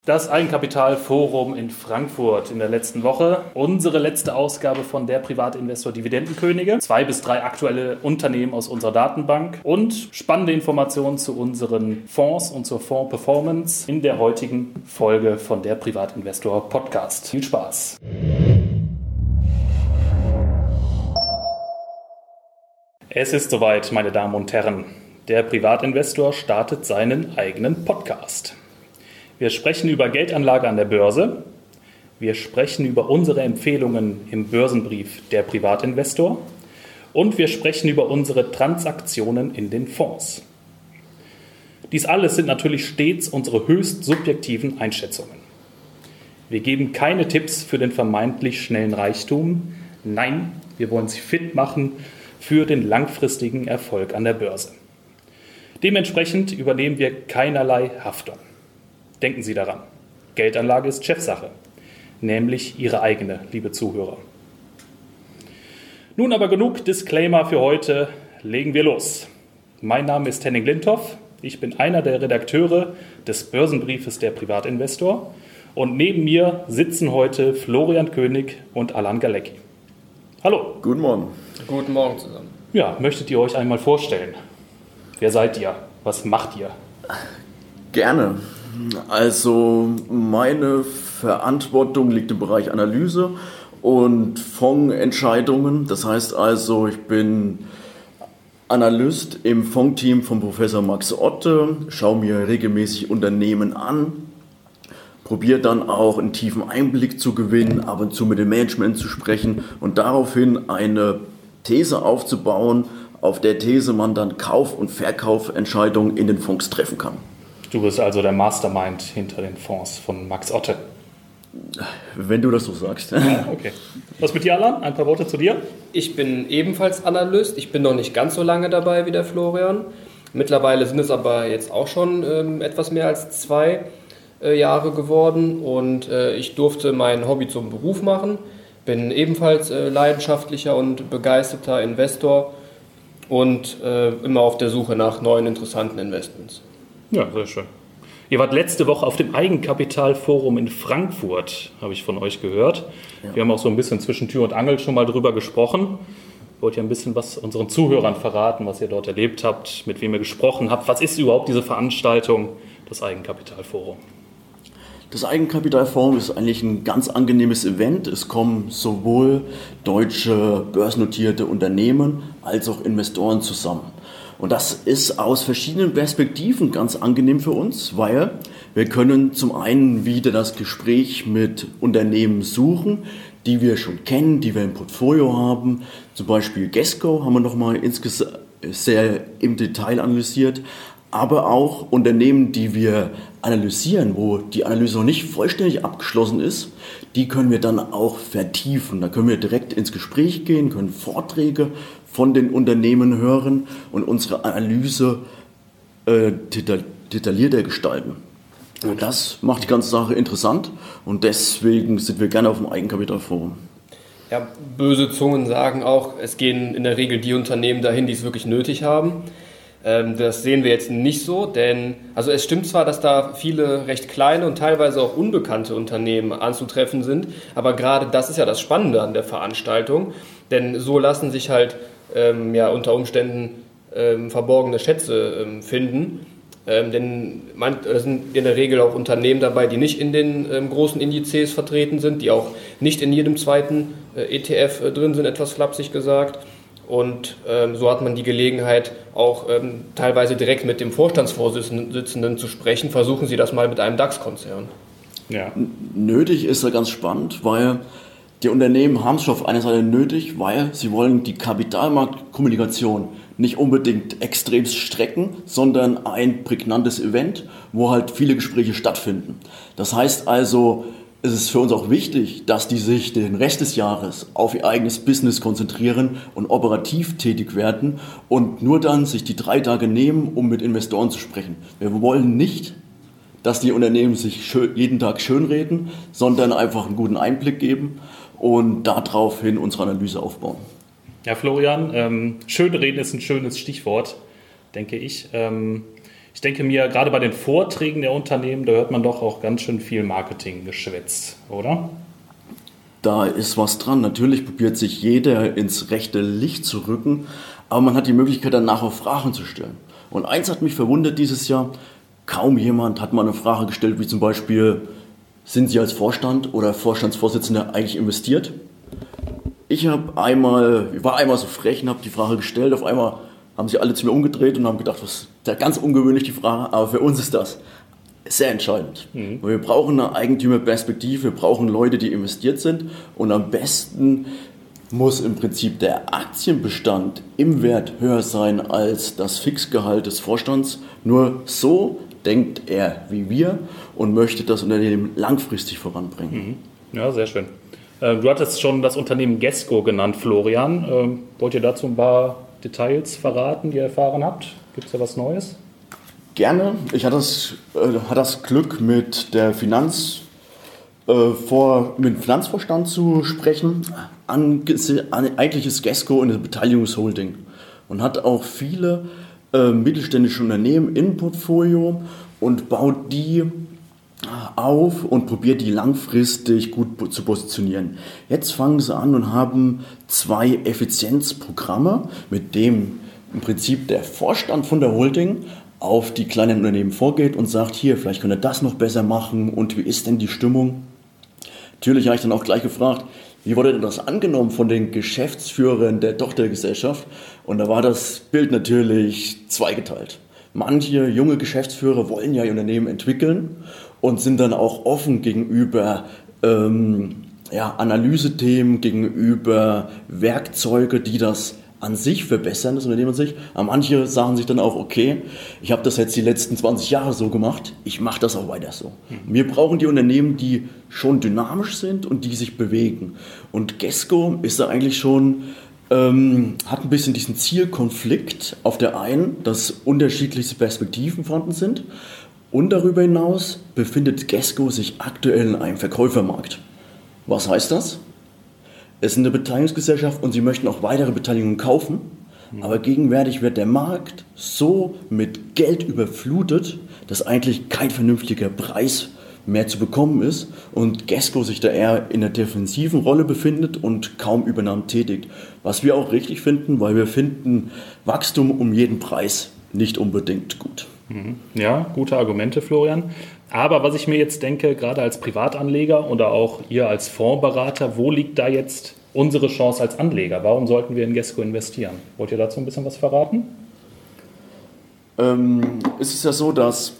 Das Eigenkapitalforum in Frankfurt in der letzten Woche. Unsere letzte Ausgabe von der Privatinvestor Dividendenkönige. 2 bis 3 aktuelle Unternehmen aus unserer Datenbank und spannende Informationen zu unseren Fonds und zur Fonds-Performance in der heutigen Folge von der Privatinvestor Podcast. Viel Spaß! Es ist soweit, meine Damen und Herren. Der Privatinvestor startet seinen eigenen Podcast. Wir sprechen über Geldanlage an der Börse. Wir sprechen über unsere Empfehlungen im Börsenbrief der Privatinvestor. Und wir sprechen über unsere Transaktionen in den Fonds. Dies alles sind natürlich stets unsere höchst subjektiven Einschätzungen. Wir geben keine Tipps für den vermeintlich schnellen Reichtum. Nein, wir wollen Sie fit machen für den langfristigen Erfolg an der Börse. Dementsprechend übernehmen wir keinerlei Haftung. Denken Sie daran, Geldanlage ist Chefsache, nämlich Ihre eigene, liebe Zuhörer. Nun aber genug Disclaimer für heute, legen wir los. Mein Name ist Henning Lindhoff, ich bin einer der Redakteure des Börsenbriefes der Privatinvestor und neben mir sitzen heute Florian König und Alan Galecki. Hallo. Guten Morgen. Guten Morgen zusammen. Ja, möchtet ihr euch einmal vorstellen? Wer seid ihr? Was macht ihr? Gerne. Also meine Verantwortung liegt im Bereich Analyse und Fondsentscheidungen. Das heißt also, ich bin Analyst im Fondsteam von Professor Max Otte, schaue mir regelmäßig Unternehmen an, probiere dann auch einen tiefen Einblick zu gewinnen, ab und zu mit dem Management zu sprechen und daraufhin eine These aufzubauen, auf der These man dann Kauf- und Verkaufentscheidungen in den Fonds treffen kann. Du bist also der Mastermind hinter den Fonds von Max Otte. Wenn du das so sagst. Ja, okay. Was mit dir, Alan? Ein paar Worte zu dir? Ich bin ebenfalls Analyst. Ich bin noch nicht ganz so lange dabei wie der Florian. Mittlerweile sind es aber jetzt auch schon etwas mehr als 2 Jahre geworden. Und ich durfte mein Hobby zum Beruf machen. Bin ebenfalls leidenschaftlicher und begeisterter Investor und immer auf der Suche nach neuen, interessanten Investments. Ja, sehr schön. Ihr wart letzte Woche auf dem Eigenkapitalforum in Frankfurt, habe ich von euch gehört. Ja. Wir haben auch so ein bisschen zwischen Tür und Angel schon mal drüber gesprochen. Wollt ihr ein bisschen was unseren Zuhörern verraten, was ihr dort erlebt habt, mit wem ihr gesprochen habt? Was ist überhaupt diese Veranstaltung, das Eigenkapitalforum? Das Eigenkapitalforum ist eigentlich ein ganz angenehmes Event. Es kommen sowohl deutsche börsennotierte Unternehmen als auch Investoren zusammen. Und das ist aus verschiedenen Perspektiven ganz angenehm für uns, weil wir können zum einen wieder das Gespräch mit Unternehmen suchen, die wir schon kennen, die wir im Portfolio haben. Zum Beispiel Gesco haben wir nochmal sehr im Detail analysiert, aber auch Unternehmen, die wir analysieren, wo die Analyse noch nicht vollständig abgeschlossen ist, die können wir dann auch vertiefen. Da können wir direkt ins Gespräch gehen, können Vorträge von den Unternehmen hören und unsere Analyse detaillierter gestalten. Und das macht die ganze Sache interessant und deswegen sind wir gerne auf dem Eigenkapitalforum. Ja, böse Zungen sagen auch, es gehen in der Regel die Unternehmen dahin, die es wirklich nötig haben. Das sehen wir jetzt nicht so, denn also es stimmt zwar, dass da viele recht kleine und teilweise auch unbekannte Unternehmen anzutreffen sind, aber gerade das ist ja das Spannende an der Veranstaltung, denn so lassen sich halt unter Umständen verborgene Schätze finden, denn es sind in der Regel auch Unternehmen dabei, die nicht in den großen Indizes vertreten sind, die auch nicht in jedem zweiten ETF drin sind, etwas flapsig gesagt. Und so hat man die Gelegenheit, auch teilweise direkt mit dem Vorstandsvorsitzenden zu sprechen. Versuchen Sie das mal mit einem DAX-Konzern. Ja. Nötig ist ja ganz spannend, weil die Unternehmen haben es schon auf einer Seite nötig, weil sie wollen die Kapitalmarktkommunikation nicht unbedingt extremst strecken, sondern ein prägnantes Event, wo halt viele Gespräche stattfinden. Das heißt also, es ist für uns auch wichtig, dass die sich den Rest des Jahres auf ihr eigenes Business konzentrieren und operativ tätig werden und nur dann sich die 3 Tage nehmen, um mit Investoren zu sprechen. Wir wollen nicht, dass die Unternehmen sich jeden Tag schönreden, sondern einfach einen guten Einblick geben und daraufhin unsere Analyse aufbauen. Ja, Florian, schönreden ist ein schönes Stichwort, denke ich. Ich denke mir, gerade bei den Vorträgen der Unternehmen, da hört man doch auch ganz schön viel Marketinggeschwätz, oder? Da ist was dran. Natürlich probiert sich jeder ins rechte Licht zu rücken, aber man hat die Möglichkeit, danach auch Fragen zu stellen. Und eins hat mich verwundert dieses Jahr, kaum jemand hat mal eine Frage gestellt, wie zum Beispiel, sind Sie als Vorstand oder Vorstandsvorsitzender eigentlich investiert? Ich war einmal so frech und habe die Frage gestellt, auf einmal haben sich alle zu mir umgedreht und haben gedacht, was ist da ganz ungewöhnlich die Frage, aber für uns ist das sehr entscheidend. Weil wir brauchen eine Eigentümerperspektive, wir brauchen Leute, die investiert sind und am besten muss im Prinzip der Aktienbestand im Wert höher sein als das Fixgehalt des Vorstands. Nur so denkt er wie wir und möchte das Unternehmen langfristig voranbringen. Ja, sehr schön. Du hattest schon das Unternehmen Gesco genannt, Florian. Wollt ihr dazu ein paar Details verraten, die ihr erfahren habt? Gibt es da was Neues? Gerne. Ich hatte das Glück, mit dem Finanzvorstand zu sprechen. Eigentlich ist Gesco eine Beteiligungsholding und hat auch viele mittelständische Unternehmen im Portfolio und baut die auf und probiert die langfristig gut zu positionieren. Jetzt fangen sie an und haben 2 Effizienzprogramme, mit dem im Prinzip der Vorstand von der Holding auf die kleinen Unternehmen vorgeht und sagt, hier, vielleicht könnt ihr das noch besser machen und wie ist denn die Stimmung? Natürlich habe ich dann auch gleich gefragt, wie wurde denn das angenommen von den Geschäftsführern der Tochtergesellschaft? Und da war das Bild natürlich zweigeteilt. Manche junge Geschäftsführer wollen ja ihr Unternehmen entwickeln und sind dann auch offen gegenüber Analysethemen, gegenüber Werkzeuge, die das an sich verbessern, das Unternehmen an sich. Aber manche sagen sich dann auch, okay, ich habe das jetzt die letzten 20 Jahre so gemacht, ich mache das auch weiter so. Wir brauchen die Unternehmen, die schon dynamisch sind und die sich bewegen. Und Gesco ist da eigentlich schon, hat ein bisschen diesen Zielkonflikt auf der einen, dass unterschiedlichste Perspektiven vorhanden sind. Und darüber hinaus befindet Gesco sich aktuell in einem Verkäufermarkt. Was heißt das? Es ist eine Beteiligungsgesellschaft und sie möchten auch weitere Beteiligungen kaufen. Aber gegenwärtig wird der Markt so mit Geld überflutet, dass eigentlich kein vernünftiger Preis mehr zu bekommen ist und Gesco sich da eher in einer defensiven Rolle befindet und kaum Übernahmen tätigt. Was wir auch richtig finden, weil wir finden Wachstum um jeden Preis nicht unbedingt gut. Ja, gute Argumente, Florian. Aber was ich mir jetzt denke, gerade als Privatanleger oder auch ihr als Fondsberater, wo liegt da jetzt unsere Chance als Anleger? Warum sollten wir in Gesco investieren? Wollt ihr dazu ein bisschen was verraten? Es ist ja so, dass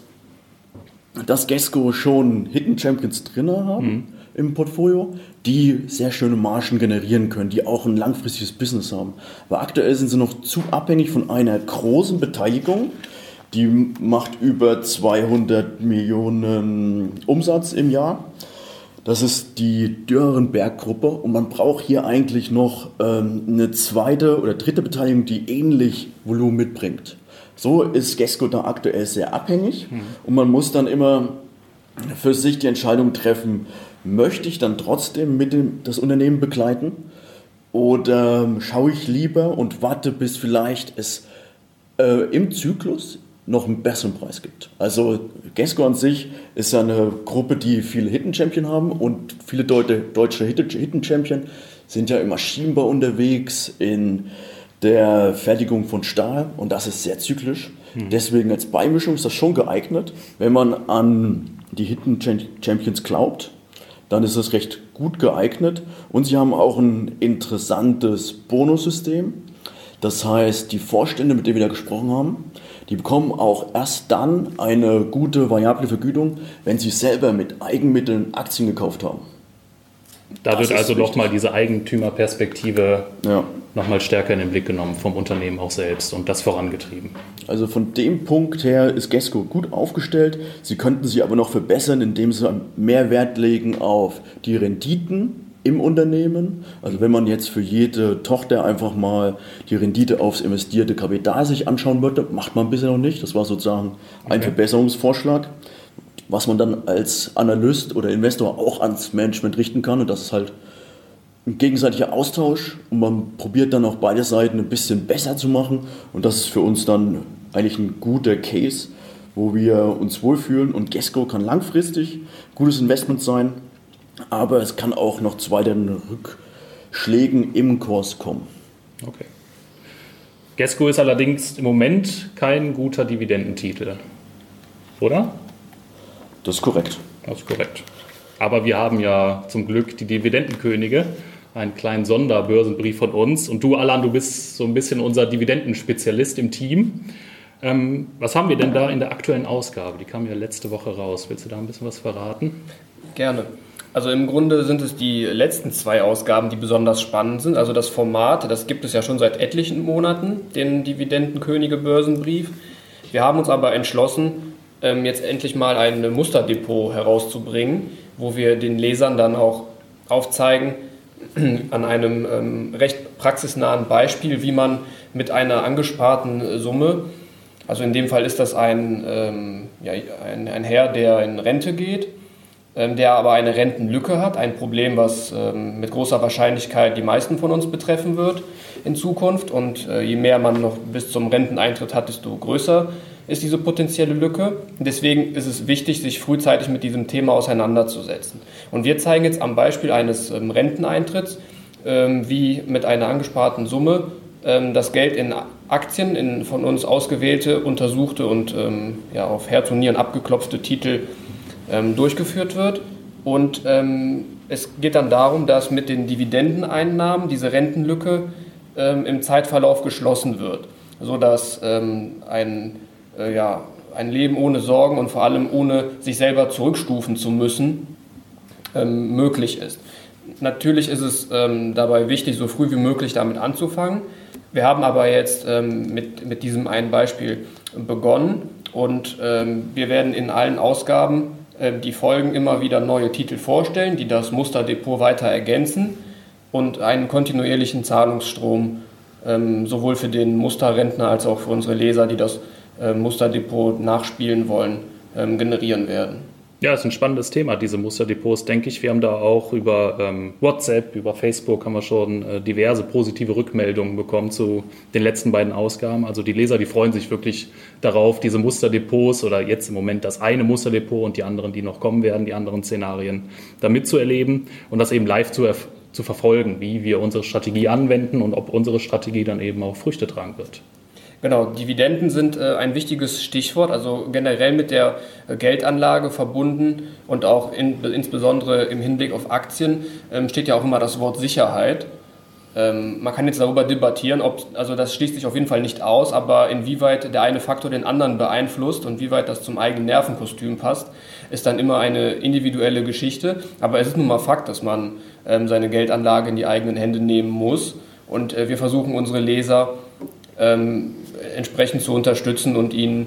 Gesco schon Hidden Champions drin haben im Portfolio, die sehr schöne Margen generieren können, die auch ein langfristiges Business haben. Aber aktuell sind sie noch zu abhängig von einer großen Beteiligung, die macht über 200 Millionen Umsatz im Jahr. Das ist die Dürrenberg-Gruppe und man braucht hier eigentlich noch eine zweite oder dritte Beteiligung, die ähnlich Volumen mitbringt. So ist Gesco da aktuell sehr abhängig und man muss dann immer für sich die Entscheidung treffen, möchte ich dann trotzdem das Unternehmen begleiten oder schaue ich lieber und warte, bis vielleicht es im Zyklus noch einen besseren Preis gibt. Also Gesco an sich ist ja eine Gruppe, die viele Hidden Champion haben und viele deutsche Hidden Champion sind ja im Maschinenbau unterwegs, in der Fertigung von Stahl und das ist sehr zyklisch. Deswegen als Beimischung ist das schon geeignet. Wenn man an die Hidden Champions glaubt, dann ist das recht gut geeignet und sie haben auch ein interessantes Bonussystem. Das heißt, die Vorstände, mit denen wir da gesprochen haben, die bekommen auch erst dann eine gute variable Vergütung, wenn sie selber mit Eigenmitteln Aktien gekauft haben. Da wird also nochmal diese Eigentümerperspektive nochmal stärker in den Blick genommen vom Unternehmen auch selbst und das vorangetrieben. Also von dem Punkt her ist Gesco gut aufgestellt. Sie könnten sich aber noch verbessern, indem sie mehr Wert legen auf die Renditen im Unternehmen. Also wenn man jetzt für jede Tochter einfach mal die Rendite aufs investierte Kapital sich anschauen würde, macht man bisher noch nicht. Das war sozusagen ein Verbesserungsvorschlag, was man dann als Analyst oder Investor auch ans Management richten kann. Und das ist halt ein gegenseitiger Austausch und man probiert dann auch beide Seiten ein bisschen besser zu machen. Und das ist für uns dann eigentlich ein guter Case, wo wir uns wohlfühlen. Und Gesco kann langfristig ein gutes Investment sein, aber es kann auch noch zu weiteren Rückschlägen im Kurs kommen. Okay. Gesco ist allerdings im Moment kein guter Dividendentitel, oder? Das ist korrekt. Das ist korrekt. Aber wir haben ja zum Glück die Dividendenkönige, einen kleinen Sonderbörsenbrief von uns. Und du, Allan, du bist so ein bisschen unser Dividendenspezialist im Team. Was haben wir denn da in der aktuellen Ausgabe? Die kam ja letzte Woche raus. Willst du da ein bisschen was verraten? Gerne. Also im Grunde sind es die letzten 2 Ausgaben, die besonders spannend sind. Also das Format, das gibt es ja schon seit etlichen Monaten, den Dividendenkönige Börsenbrief. Wir haben uns aber entschlossen, jetzt endlich mal ein Musterdepot herauszubringen, wo wir den Lesern dann auch aufzeigen, an einem recht praxisnahen Beispiel, wie man mit einer angesparten Summe, also in dem Fall ist das ein Herr, der in Rente geht, der aber eine Rentenlücke hat, ein Problem, was mit großer Wahrscheinlichkeit die meisten von uns betreffen wird in Zukunft. Und je mehr man noch bis zum Renteneintritt hat, desto größer ist diese potenzielle Lücke. Deswegen ist es wichtig, sich frühzeitig mit diesem Thema auseinanderzusetzen. Und wir zeigen jetzt am Beispiel eines Renteneintritts, wie mit einer angesparten Summe das Geld in Aktien, in von uns ausgewählte, untersuchte und auf Herz und Nieren abgeklopfte Titel durchgeführt wird. Und es geht dann darum, dass mit den Dividendeneinnahmen diese Rentenlücke im Zeitverlauf geschlossen wird, sodass ein Leben ohne Sorgen und vor allem ohne sich selber zurückstufen zu müssen möglich ist. Natürlich ist es dabei wichtig, so früh wie möglich damit anzufangen. Wir haben aber jetzt mit diesem einen Beispiel begonnen und wir werden in allen Ausgaben die Folgen immer wieder neue Titel vorstellen, die das Musterdepot weiter ergänzen und einen kontinuierlichen Zahlungsstrom sowohl für den Musterrentner als auch für unsere Leser, die das Musterdepot nachspielen wollen, generieren werden. Ja, ist ein spannendes Thema, diese Musterdepots, denke ich. Wir haben da auch über WhatsApp, über Facebook haben wir schon diverse positive Rückmeldungen bekommen zu den letzten beiden Ausgaben. Also die Leser, die freuen sich wirklich darauf, diese Musterdepots oder jetzt im Moment das eine Musterdepot und die anderen, die noch kommen werden, die anderen Szenarien da mitzuerleben und das eben live zu verfolgen, wie wir unsere Strategie anwenden und ob unsere Strategie dann eben auch Früchte tragen wird. Genau, Dividenden sind ein wichtiges Stichwort, also generell mit der Geldanlage verbunden und auch insbesondere im Hinblick auf Aktien steht ja auch immer das Wort Sicherheit. Man kann jetzt darüber debattieren, also das schließt sich auf jeden Fall nicht aus, aber inwieweit der eine Faktor den anderen beeinflusst und wie weit das zum eigenen Nervenkostüm passt, ist dann immer eine individuelle Geschichte. Aber es ist nun mal Fakt, dass man seine Geldanlage in die eigenen Hände nehmen muss und wir versuchen unsere Leser entsprechend zu unterstützen und ihnen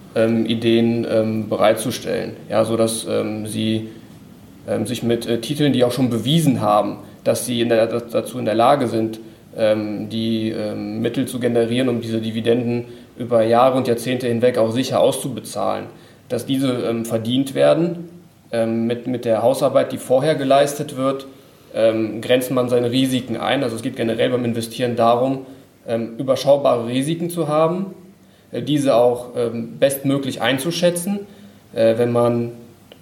Ideen bereitzustellen, ja, sodass sie sich mit Titeln, die auch schon bewiesen haben, dass sie dazu in der Lage sind, die Mittel zu generieren, um diese Dividenden über Jahre und Jahrzehnte hinweg auch sicher auszubezahlen, dass diese verdient werden. Mit der Hausarbeit, die vorher geleistet wird, grenzt man seine Risiken ein. Also es geht generell beim Investieren darum, überschaubare Risiken zu haben, diese auch bestmöglich einzuschätzen. Wenn man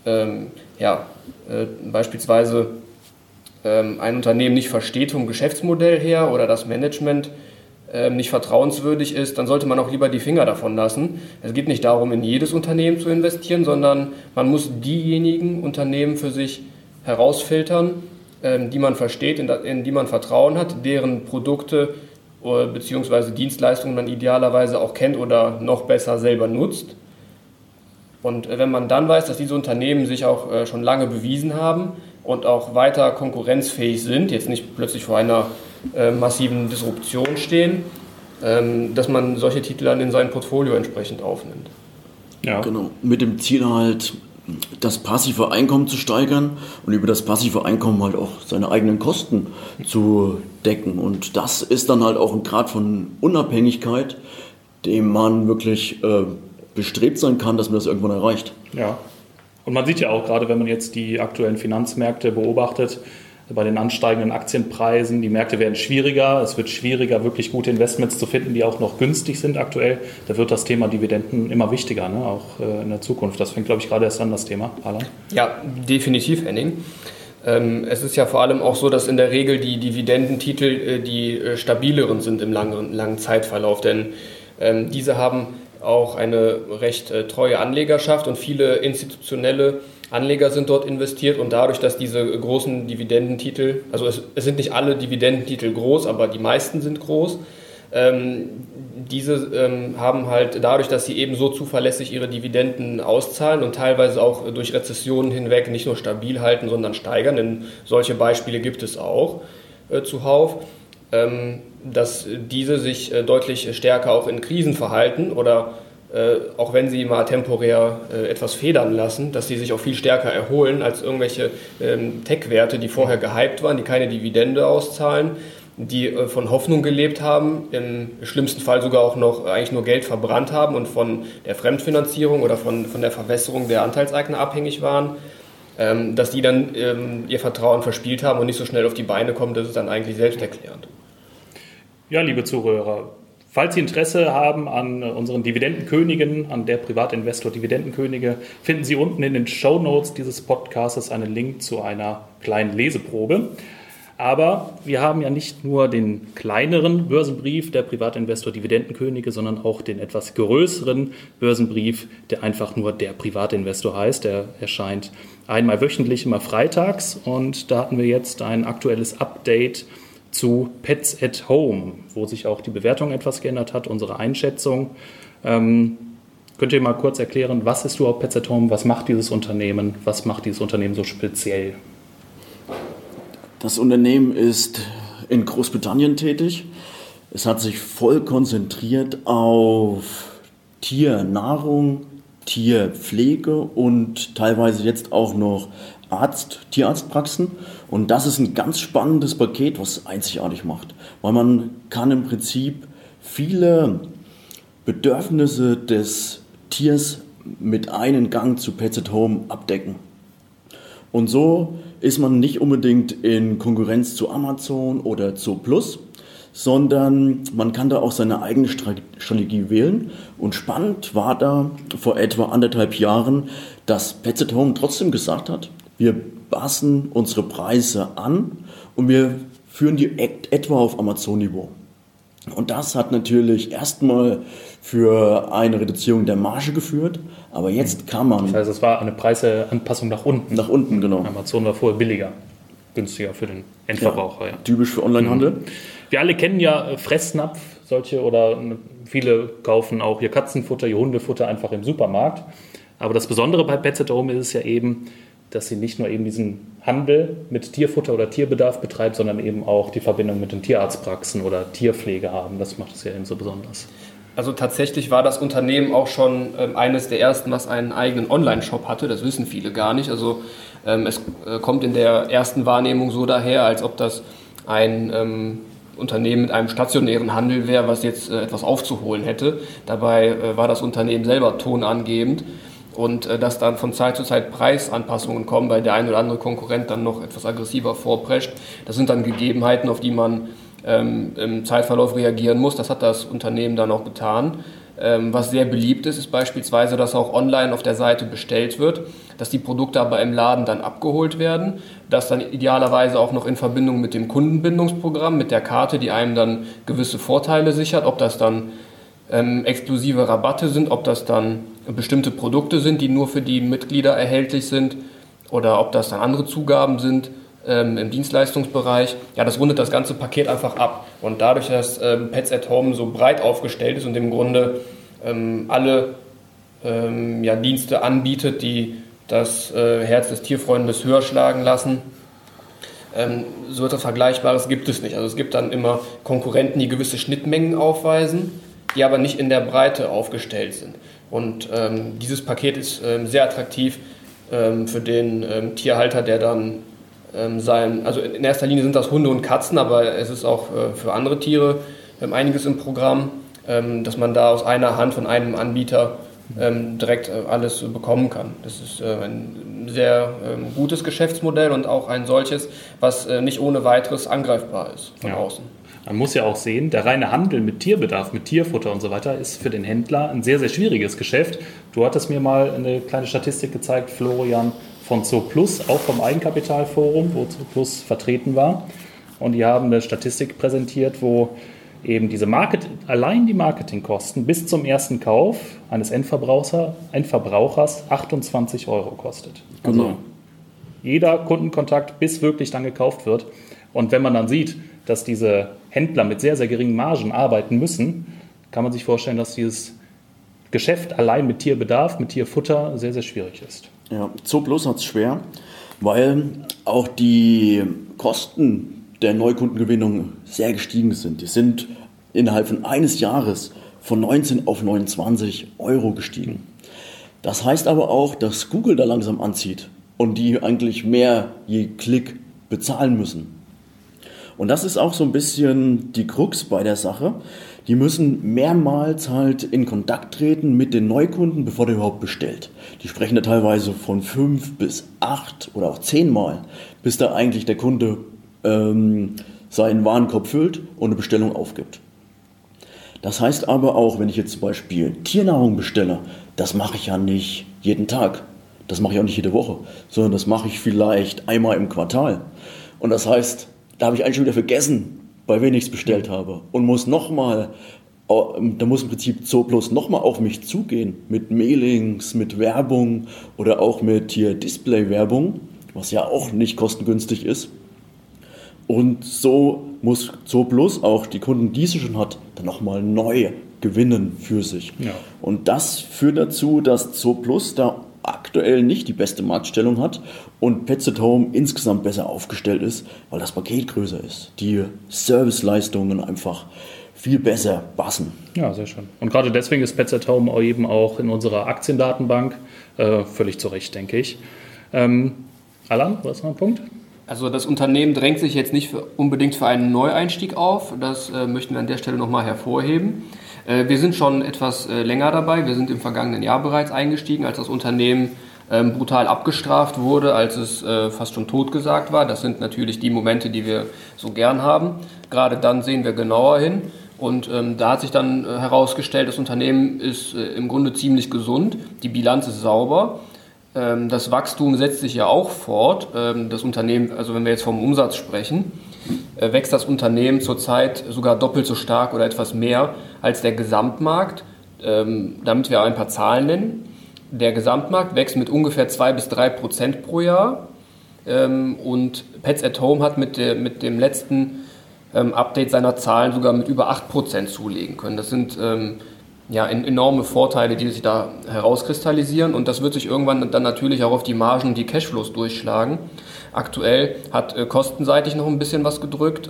beispielsweise ein Unternehmen nicht versteht vom Geschäftsmodell her oder das Management nicht vertrauenswürdig ist, dann sollte man auch lieber die Finger davon lassen. Es geht nicht darum, in jedes Unternehmen zu investieren, sondern man muss diejenigen Unternehmen für sich herausfiltern, die man versteht, in die man Vertrauen hat, deren Produkte bzw. Dienstleistungen man idealerweise auch kennt oder noch besser selber nutzt. Und wenn man dann weiß, dass diese Unternehmen sich auch schon lange bewiesen haben und auch weiter konkurrenzfähig sind, jetzt nicht plötzlich vor einer massiven Disruption stehen, dass man solche Titel dann in sein Portfolio entsprechend aufnimmt. Ja. Genau, mit dem Ziel halt, das passive Einkommen zu steigern und über das passive Einkommen halt auch seine eigenen Kosten zu decken. Und das ist dann halt auch ein Grad von Unabhängigkeit, dem man wirklich bestrebt sein kann, dass man das irgendwann erreicht. Ja, und man sieht ja auch gerade, wenn man jetzt die aktuellen Finanzmärkte beobachtet, bei den ansteigenden Aktienpreisen. Die Märkte werden schwieriger. Es wird schwieriger, wirklich gute Investments zu finden, die auch noch günstig sind aktuell. Da wird das Thema Dividenden immer wichtiger, ne? Auch in der Zukunft. Das fängt, glaube ich, gerade erst an, das Thema. Alan? Ja, definitiv, Henning. Es ist ja vor allem auch so, dass in der Regel die Dividendentitel die stabileren sind im langen Zeitverlauf, denn diese haben auch eine recht treue Anlegerschaft und viele institutionelle Anleger sind dort investiert und dadurch, dass diese großen Dividendentitel, also es sind nicht alle Dividendentitel groß, aber die meisten sind groß, diese haben halt dadurch, dass sie eben so zuverlässig ihre Dividenden auszahlen und teilweise auch durch Rezessionen hinweg nicht nur stabil halten, sondern steigern, denn solche Beispiele gibt es auch zuhauf, dass diese sich deutlich stärker auch in Krisen verhalten oder auch wenn sie mal temporär etwas federn lassen, dass sie sich auch viel stärker erholen als irgendwelche Tech-Werte, die vorher gehypt waren, die keine Dividende auszahlen, die von Hoffnung gelebt haben, im schlimmsten Fall sogar auch noch eigentlich nur Geld verbrannt haben und von der Fremdfinanzierung oder von der Verwässerung der Anteilseigner abhängig waren, dass die dann ihr Vertrauen verspielt haben und nicht so schnell auf die Beine kommen, das ist dann eigentlich selbsterklärend. Ja, liebe Zuhörer, falls Sie Interesse haben an unseren Dividendenkönigen, an der Privatinvestor Dividendenkönige, finden Sie unten in den Shownotes dieses Podcasts einen Link zu einer kleinen Leseprobe. Aber wir haben ja nicht nur den kleineren Börsenbrief der Privatinvestor Dividendenkönige, sondern auch den etwas größeren Börsenbrief, der einfach nur der Privatinvestor heißt. Der erscheint einmal wöchentlich, immer freitags. Und da hatten wir jetzt ein aktuelles Update zu Pets at Home, wo sich auch die Bewertung etwas geändert hat, unsere Einschätzung. Könnt ihr mal kurz erklären, was ist überhaupt Pets at Home, was macht dieses Unternehmen so speziell? Das Unternehmen ist in Großbritannien tätig. Es hat sich voll konzentriert auf Tiernahrung, Tierpflege und teilweise jetzt auch noch Tierarztpraxen. Und das ist ein ganz spannendes Paket, was einzigartig macht. Weil man kann im Prinzip viele Bedürfnisse des Tiers mit einem Gang zu Pets at Home abdecken. Und so ist man nicht unbedingt in Konkurrenz zu Amazon oder zu Plus, sondern man kann da auch seine eigene Strategie wählen. Und spannend war da vor etwa 1,5 Jahren, dass Pets at Home trotzdem gesagt hat, wir passen unsere Preise an und wir führen die etwa auf Amazon-Niveau. Und das hat natürlich erstmal für eine Reduzierung der Marge geführt, aber jetzt kann man... Das heißt, es war eine Preisanpassung nach unten. Nach unten, genau. Amazon war vorher billiger, günstiger für den Endverbraucher. Ja. Typisch für Onlinehandel. Wir alle kennen ja Fressnapf, viele kaufen auch ihr Katzenfutter, ihr Hundefutter einfach im Supermarkt. Aber das Besondere bei Pets at Home ist es ja eben, dass sie nicht nur eben diesen Handel mit Tierfutter oder Tierbedarf betreibt, sondern eben auch die Verbindung mit den Tierarztpraxen oder Tierpflege haben. Das macht es ja eben so besonders. Also tatsächlich war das Unternehmen auch schon eines der ersten, was einen eigenen Online-Shop hatte. Das wissen viele gar nicht. Also es kommt in der ersten Wahrnehmung so daher, als ob das ein Unternehmen mit einem stationären Handel wäre, was jetzt etwas aufzuholen hätte. Dabei war das Unternehmen selber tonangebend. Und dass dann von Zeit zu Zeit Preisanpassungen kommen, weil der ein oder andere Konkurrent dann noch etwas aggressiver vorprescht. Das sind dann Gegebenheiten, auf die man im Zeitverlauf reagieren muss. Das hat das Unternehmen dann auch getan. Was sehr beliebt ist, ist beispielsweise, dass auch online auf der Seite bestellt wird, dass die Produkte aber im Laden dann abgeholt werden, das dann idealerweise auch noch in Verbindung mit dem Kundenbindungsprogramm, mit der Karte, die einem dann gewisse Vorteile sichert, ob das dann exklusive Rabatte sind, ob das dann bestimmte Produkte sind, die nur für die Mitglieder erhältlich sind oder ob das dann andere Zugaben sind im Dienstleistungsbereich. Ja, das rundet das ganze Paket einfach ab. Und dadurch, dass Pets at Home so breit aufgestellt ist und im Grunde alle Dienste anbietet, die das Herz des Tierfreundes höher schlagen lassen, so etwas Vergleichbares gibt es nicht. Also es gibt dann immer Konkurrenten, die gewisse Schnittmengen aufweisen, die aber nicht in der Breite aufgestellt sind. Und dieses Paket ist sehr attraktiv für den Tierhalter, der dann also in erster Linie sind das Hunde und Katzen, aber es ist auch für andere Tiere einiges im Programm, dass man da aus einer Hand von einem Anbieter direkt alles bekommen kann. Das ist eine sehr gutes Geschäftsmodell und auch ein solches, was nicht ohne weiteres angreifbar ist von außen. Man muss ja auch sehen, der reine Handel mit Tierbedarf, mit Tierfutter und so weiter ist für den Händler ein sehr, sehr schwieriges Geschäft. Du hattest mir mal eine kleine Statistik gezeigt, Florian, von Zooplus, auch vom Eigenkapitalforum, wo Zooplus vertreten war. Und die haben eine Statistik präsentiert, wo eben allein die Marketingkosten bis zum ersten Kauf eines Endverbrauchers 28 € kostet. Genau. Also jeder Kundenkontakt, bis wirklich dann gekauft wird. Und wenn man dann sieht, dass diese Händler mit sehr, sehr geringen Margen arbeiten müssen, kann man sich vorstellen, dass dieses Geschäft allein mit Tierbedarf, mit Tierfutter sehr, sehr schwierig ist. Ja, Zooplus hat es schwer, weil auch die Kosten der Neukundengewinnung sehr gestiegen sind. Die sind innerhalb von eines Jahres von 19 auf 29 € gestiegen. Das heißt aber auch, dass Google da langsam anzieht und die eigentlich mehr je Klick bezahlen müssen. Und das ist auch so ein bisschen die Krux bei der Sache. Die müssen mehrmals halt in Kontakt treten mit den Neukunden, bevor der überhaupt bestellt. Die sprechen da teilweise von 5 bis 8 oder auch 10 Mal, bis da eigentlich der Kunde seinen Warenkorb füllt und eine Bestellung aufgibt. Das heißt aber auch, wenn ich jetzt zum Beispiel Tiernahrung bestelle, das mache ich ja nicht jeden Tag, das mache ich auch nicht jede Woche, sondern das mache ich vielleicht einmal im Quartal. Und das heißt, da habe ich eigentlich schon wieder vergessen, bei wem ich es bestellt habe und muss nochmal, da muss im Prinzip Zooplus nochmal auf mich zugehen mit Mailings, mit Werbung oder auch mit hier Display-Werbung, was ja auch nicht kostengünstig ist. Und so muss Zooplus auch die Kunden, die sie schon hat, dann nochmal neu gewinnen für sich. Ja. Und das führt dazu, dass Zooplus da aktuell nicht die beste Marktstellung hat und Pets at Home insgesamt besser aufgestellt ist, weil das Paket größer ist. Die Serviceleistungen einfach viel besser passen. Ja, sehr schön. Und gerade deswegen ist Pets at Home eben auch in unserer Aktiendatenbank völlig zu Recht, denke ich. Alan, du hast noch einen Punkt? Also das Unternehmen drängt sich jetzt nicht unbedingt für einen Neueinstieg auf. Das möchten wir an der Stelle nochmal hervorheben. Wir sind schon etwas länger dabei. Wir sind im vergangenen Jahr bereits eingestiegen, als das Unternehmen brutal abgestraft wurde, als es fast schon totgesagt war. Das sind natürlich die Momente, die wir so gern haben. Gerade dann sehen wir genauer hin. Und da hat sich dann herausgestellt, das Unternehmen ist im Grunde ziemlich gesund. Die Bilanz ist sauber. Das Wachstum setzt sich ja auch fort. Das Unternehmen, also wenn wir jetzt vom Umsatz sprechen, wächst das Unternehmen zurzeit sogar doppelt so stark oder etwas mehr als der Gesamtmarkt. Damit wir ein paar Zahlen nennen. Der Gesamtmarkt wächst mit ungefähr 2-3% pro Jahr. Und Pets at Home hat mit dem letzten Update seiner Zahlen sogar mit über 8% zulegen können. Das sind enorme Vorteile, die sich da herauskristallisieren, und das wird sich irgendwann dann natürlich auch auf die Margen und die Cashflows durchschlagen. Aktuell hat kostenseitig noch ein bisschen was gedrückt.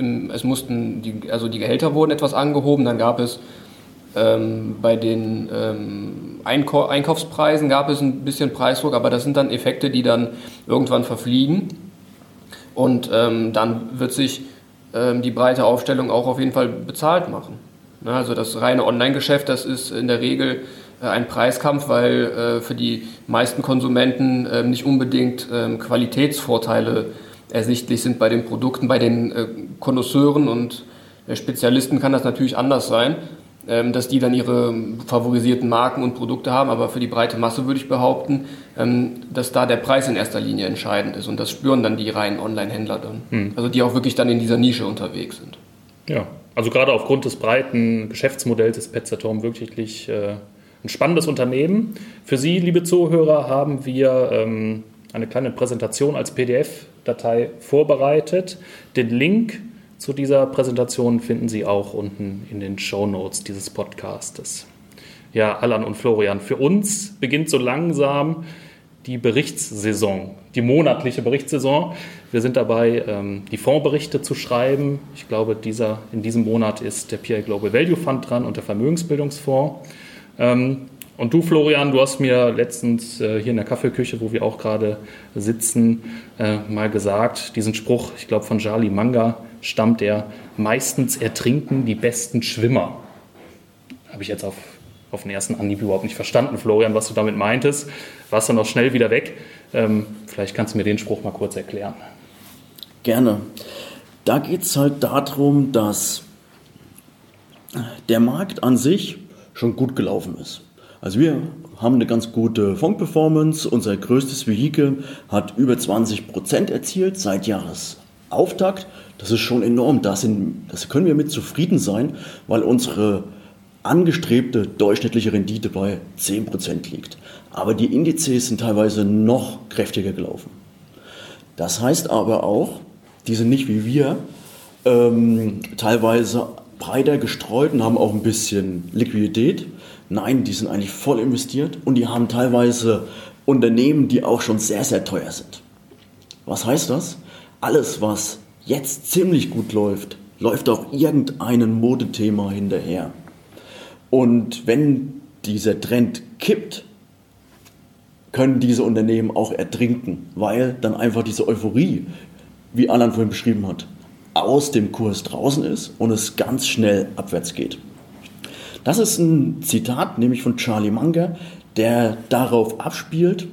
Die Gehälter wurden etwas angehoben, dann gab es bei den Einkaufspreisen gab es ein bisschen Preisdruck, aber das sind dann Effekte, die dann irgendwann verfliegen, und dann wird sich die breite Aufstellung auch auf jeden Fall bezahlt machen. Also das reine Online-Geschäft, das ist in der Regel ein Preiskampf, weil für die meisten Konsumenten nicht unbedingt Qualitätsvorteile ersichtlich sind bei den Produkten. Bei den Connoisseuren und Spezialisten kann das natürlich anders sein, dass die dann ihre favorisierten Marken und Produkte haben, aber für die breite Masse würde ich behaupten, dass da der Preis in erster Linie entscheidend ist, und das spüren dann die reinen Online-Händler dann, also die auch wirklich dann in dieser Nische unterwegs sind. Ja. Also gerade aufgrund des breiten Geschäftsmodells ist Pets at Home wirklich ein spannendes Unternehmen. Für Sie, liebe Zuhörer, haben wir eine kleine Präsentation als PDF-Datei vorbereitet. Den Link zu dieser Präsentation finden Sie auch unten in den Shownotes dieses Podcastes. Ja, Alan und Florian, für uns beginnt so langsam die Berichtssaison, die monatliche Berichtssaison. Wir sind dabei, die Fondsberichte zu schreiben. Ich glaube, in diesem Monat ist der PI Global Value Fund dran und der Vermögensbildungsfonds. Und du, Florian, du hast mir letztens hier in der Kaffeeküche, wo wir auch gerade sitzen, mal gesagt, diesen Spruch, ich glaube von Charlie Munger stammt der: meistens ertrinken die besten Schwimmer. Habe ich jetzt auf den ersten Anhieb überhaupt nicht verstanden, Florian, was du damit meintest. Warst dann auch schnell wieder weg. Vielleicht kannst du mir den Spruch mal kurz erklären. Gerne. Da geht es halt darum, dass der Markt an sich schon gut gelaufen ist. Also wir haben eine ganz gute Fonds-Performance. Unser größtes Vehikel hat über 20% erzielt seit Jahresauftakt. Das ist schon enorm. Das können wir mit zufrieden sein, weil unsere angestrebte durchschnittliche Rendite bei 10% liegt. Aber die Indizes sind teilweise noch kräftiger gelaufen. Das heißt aber auch, die sind nicht wie wir teilweise breiter gestreut und haben auch ein bisschen Liquidität. Nein, die sind eigentlich voll investiert und die haben teilweise Unternehmen, die auch schon sehr, sehr teuer sind. Was heißt das? Alles, was jetzt ziemlich gut läuft, läuft auch irgendeinem Modethema hinterher. Und wenn dieser Trend kippt, können diese Unternehmen auch ertrinken, weil dann einfach diese Euphorie, wie Alan vorhin beschrieben hat, aus dem Kurs draußen ist und es ganz schnell abwärts geht. Das ist ein Zitat, nämlich von Charlie Munger, der darauf abspielt,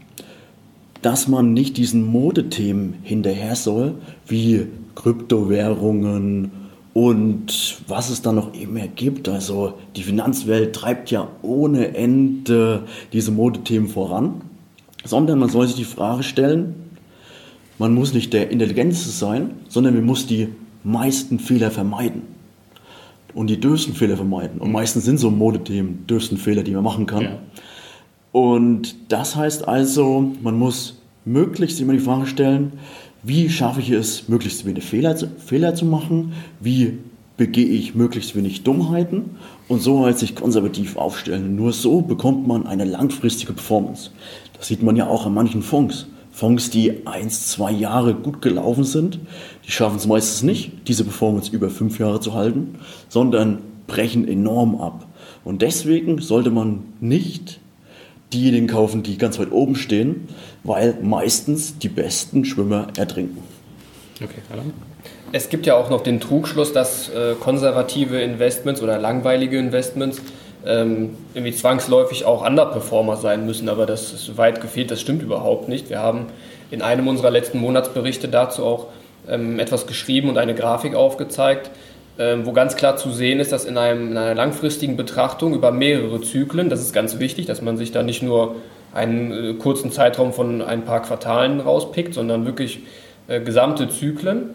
dass man nicht diesen Modethemen hinterher soll, wie Kryptowährungen und was es dann noch immer gibt. Also die Finanzwelt treibt ja ohne Ende diese Modethemen voran, sondern man soll sich die Frage stellen, man muss nicht der Intelligenteste sein, sondern man muss die meisten Fehler vermeiden. Und die dürfsten Fehler vermeiden. Und meistens sind so Modethemen dürfsten Fehler, die man machen kann. Ja. Und das heißt also, man muss möglichst immer die Frage stellen, wie schaffe ich es, möglichst wenig Fehler zu machen? Wie begehe ich möglichst wenig Dummheiten? Und so halt sich konservativ aufstellen. Nur so bekommt man eine langfristige Performance. Das sieht man ja auch an manchen Fonds. Fonds, die 1-2 Jahre gut gelaufen sind, die schaffen es meistens nicht, diese Performance über 5 Jahre zu halten, sondern brechen enorm ab. Und deswegen sollte man nicht diejenigen kaufen, die ganz weit oben stehen, weil meistens die besten Schwimmer ertrinken. Okay, Alan? Es gibt ja auch noch den Trugschluss, dass konservative Investments oder langweilige Investments irgendwie zwangsläufig auch Underperformer sein müssen, aber das ist weit gefehlt, das stimmt überhaupt nicht. Wir haben in einem unserer letzten Monatsberichte dazu auch etwas geschrieben und eine Grafik aufgezeigt, wo ganz klar zu sehen ist, dass in einer langfristigen Betrachtung über mehrere Zyklen, das ist ganz wichtig, dass man sich da nicht nur einen kurzen Zeitraum von ein paar Quartalen rauspickt, sondern wirklich gesamte Zyklen,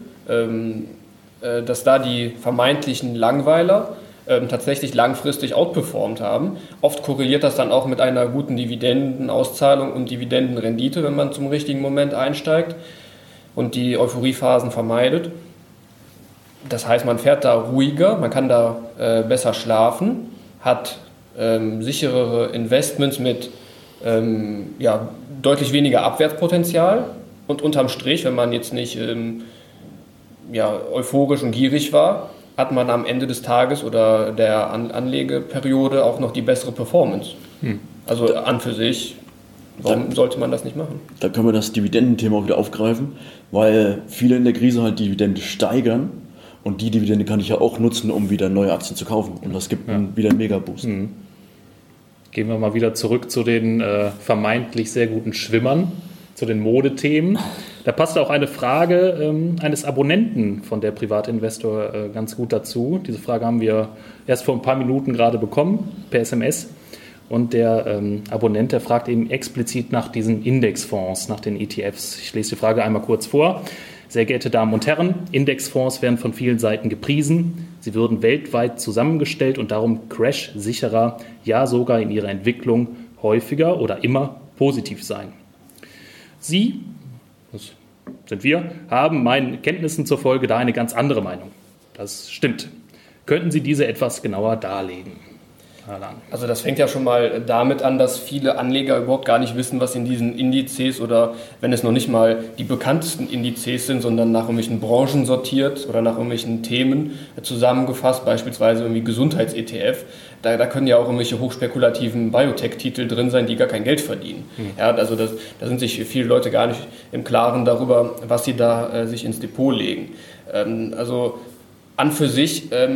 dass da die vermeintlichen Langweiler tatsächlich langfristig outperformt haben. Oft korreliert das dann auch mit einer guten Dividendenauszahlung und Dividendenrendite, wenn man zum richtigen Moment einsteigt und die Euphoriephasen vermeidet. Das heißt, man fährt da ruhiger, man kann da besser schlafen, hat sicherere Investments mit deutlich weniger Abwärtspotenzial und unterm Strich, wenn man jetzt nicht euphorisch und gierig war, hat man am Ende des Tages oder der Anlegeperiode auch noch die bessere Performance. Also an für sich, warum sollte man das nicht machen? Da können wir das Dividendenthema auch wieder aufgreifen, weil viele in der Krise halt Dividende steigern und die Dividende kann ich ja auch nutzen, um wieder neue Aktien zu kaufen und das gibt wieder einen Mega-Boost. Gehen wir mal wieder zurück zu den vermeintlich sehr guten Schwimmern, zu den Modethemen. Da passt auch eine Frage eines Abonnenten von der Privatinvestor ganz gut dazu. Diese Frage haben wir erst vor ein paar Minuten gerade bekommen, per SMS. Und der Abonnent, der fragt eben explizit nach diesen Indexfonds, nach den ETFs. Ich lese die Frage einmal kurz vor. Sehr geehrte Damen und Herren, Indexfonds werden von vielen Seiten gepriesen. Sie würden weltweit zusammengestellt und darum crash-sicherer, ja sogar in ihrer Entwicklung häufiger oder immer positiv sein. Sie, das sind wir, haben meinen Kenntnissen zufolge da eine ganz andere Meinung. Das stimmt. Könnten Sie diese etwas genauer darlegen? Also das fängt ja schon mal damit an, dass viele Anleger überhaupt gar nicht wissen, was in diesen Indizes oder wenn es noch nicht mal die bekanntesten Indizes sind, sondern nach irgendwelchen Branchen sortiert oder nach irgendwelchen Themen zusammengefasst, beispielsweise irgendwie Gesundheits-ETF. Da können ja auch irgendwelche hochspekulativen Biotech-Titel drin sein, die gar kein Geld verdienen. Ja, also da sind sich viele Leute gar nicht im Klaren darüber, was sie da sich ins Depot legen. Also an für sich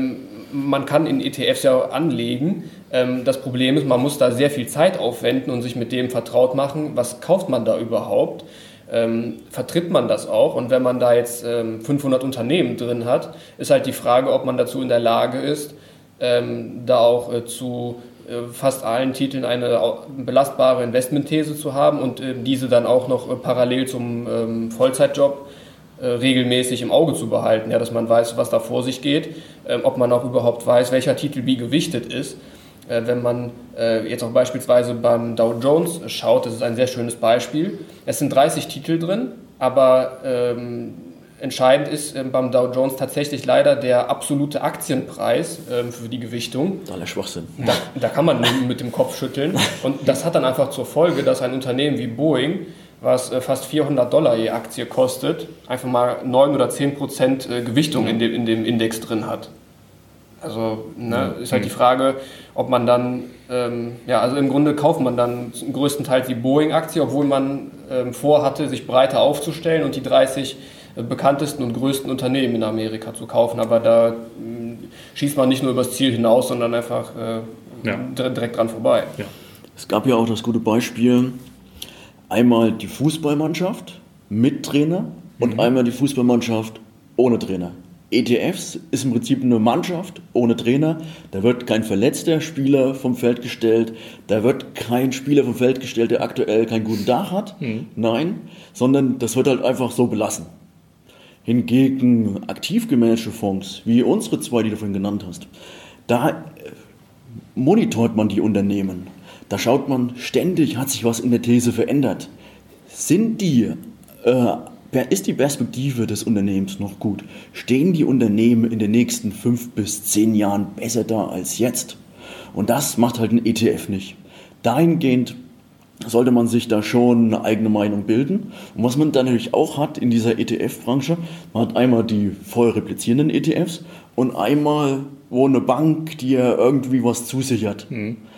man kann in ETFs ja anlegen. Das Problem ist, man muss da sehr viel Zeit aufwenden und sich mit dem vertraut machen. Was kauft man da überhaupt? Vertritt man das auch? Und wenn man da jetzt 500 Unternehmen drin hat, ist halt die Frage, ob man dazu in der Lage ist, da auch zu fast allen Titeln eine belastbare Investmentthese zu haben und diese dann auch noch parallel zum Vollzeitjob regelmäßig im Auge zu behalten, ja, dass man weiß, was da vor sich geht, ob man auch überhaupt weiß, welcher Titel wie gewichtet ist. Wenn man jetzt auch beispielsweise beim Dow Jones schaut, das ist ein sehr schönes Beispiel. Es sind 30 Titel drin, aber entscheidend ist beim Dow Jones tatsächlich leider der absolute Aktienpreis für die Gewichtung. Totaler Schwachsinn. Da kann man nur mit dem Kopf schütteln. Und das hat dann einfach zur Folge, dass ein Unternehmen wie Boeing, was fast $400 je Aktie kostet, einfach mal 9 oder 10% Gewichtung in dem Index drin hat. Also ist halt die Frage, ob man dann, also im Grunde kauft man dann größtenteils die Boeing-Aktie, obwohl man vorhatte, sich breiter aufzustellen und die 30 bekanntesten und größten Unternehmen in Amerika zu kaufen. Aber da schießt man nicht nur übers Ziel hinaus, sondern einfach direkt dran vorbei. Ja. Es gab ja auch das gute Beispiel, einmal die Fußballmannschaft mit Trainer und einmal die Fußballmannschaft ohne Trainer. ETFs ist im Prinzip eine Mannschaft ohne Trainer. Da wird kein verletzter Spieler vom Feld gestellt. Da wird kein Spieler vom Feld gestellt, der aktuell keinen guten Tag hat. Nein, sondern das wird halt einfach so belassen. Hingegen aktiv gemanagte Fonds, wie unsere zwei, die du vorhin genannt hast, da monitort man die Unternehmen. Da schaut man ständig, hat sich was in der These verändert. Ist die Perspektive des Unternehmens noch gut? Stehen die Unternehmen in den nächsten 5 bis 10 Jahren besser da als jetzt? Und das macht halt ein ETF nicht. Dahingehend sollte man sich da schon eine eigene Meinung bilden. Und was man dann natürlich auch hat in dieser ETF-Branche, man hat einmal die voll replizierenden ETFs und einmal, wo eine Bank dir irgendwie was zusichert.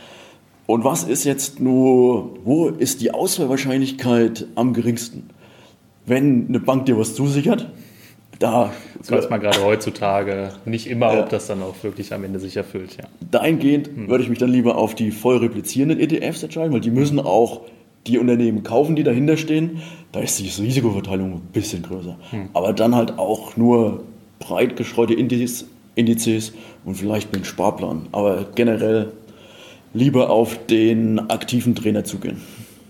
Und was ist jetzt nur, wo ist die Ausfallwahrscheinlichkeit am geringsten? Wenn eine Bank dir was zusichert, das weiß man gerade heutzutage nicht immer, ob das dann auch wirklich am Ende sich erfüllt. Ja. Dahingehend würde ich mich dann lieber auf die voll replizierenden ETFs entscheiden, weil die müssen auch die Unternehmen kaufen, die dahinter stehen. Da ist die Risikoverteilung ein bisschen größer. Aber dann halt auch nur breit gestreute Indizes und vielleicht mit einem Sparplan. Aber generell lieber auf den aktiven Trainer zugehen.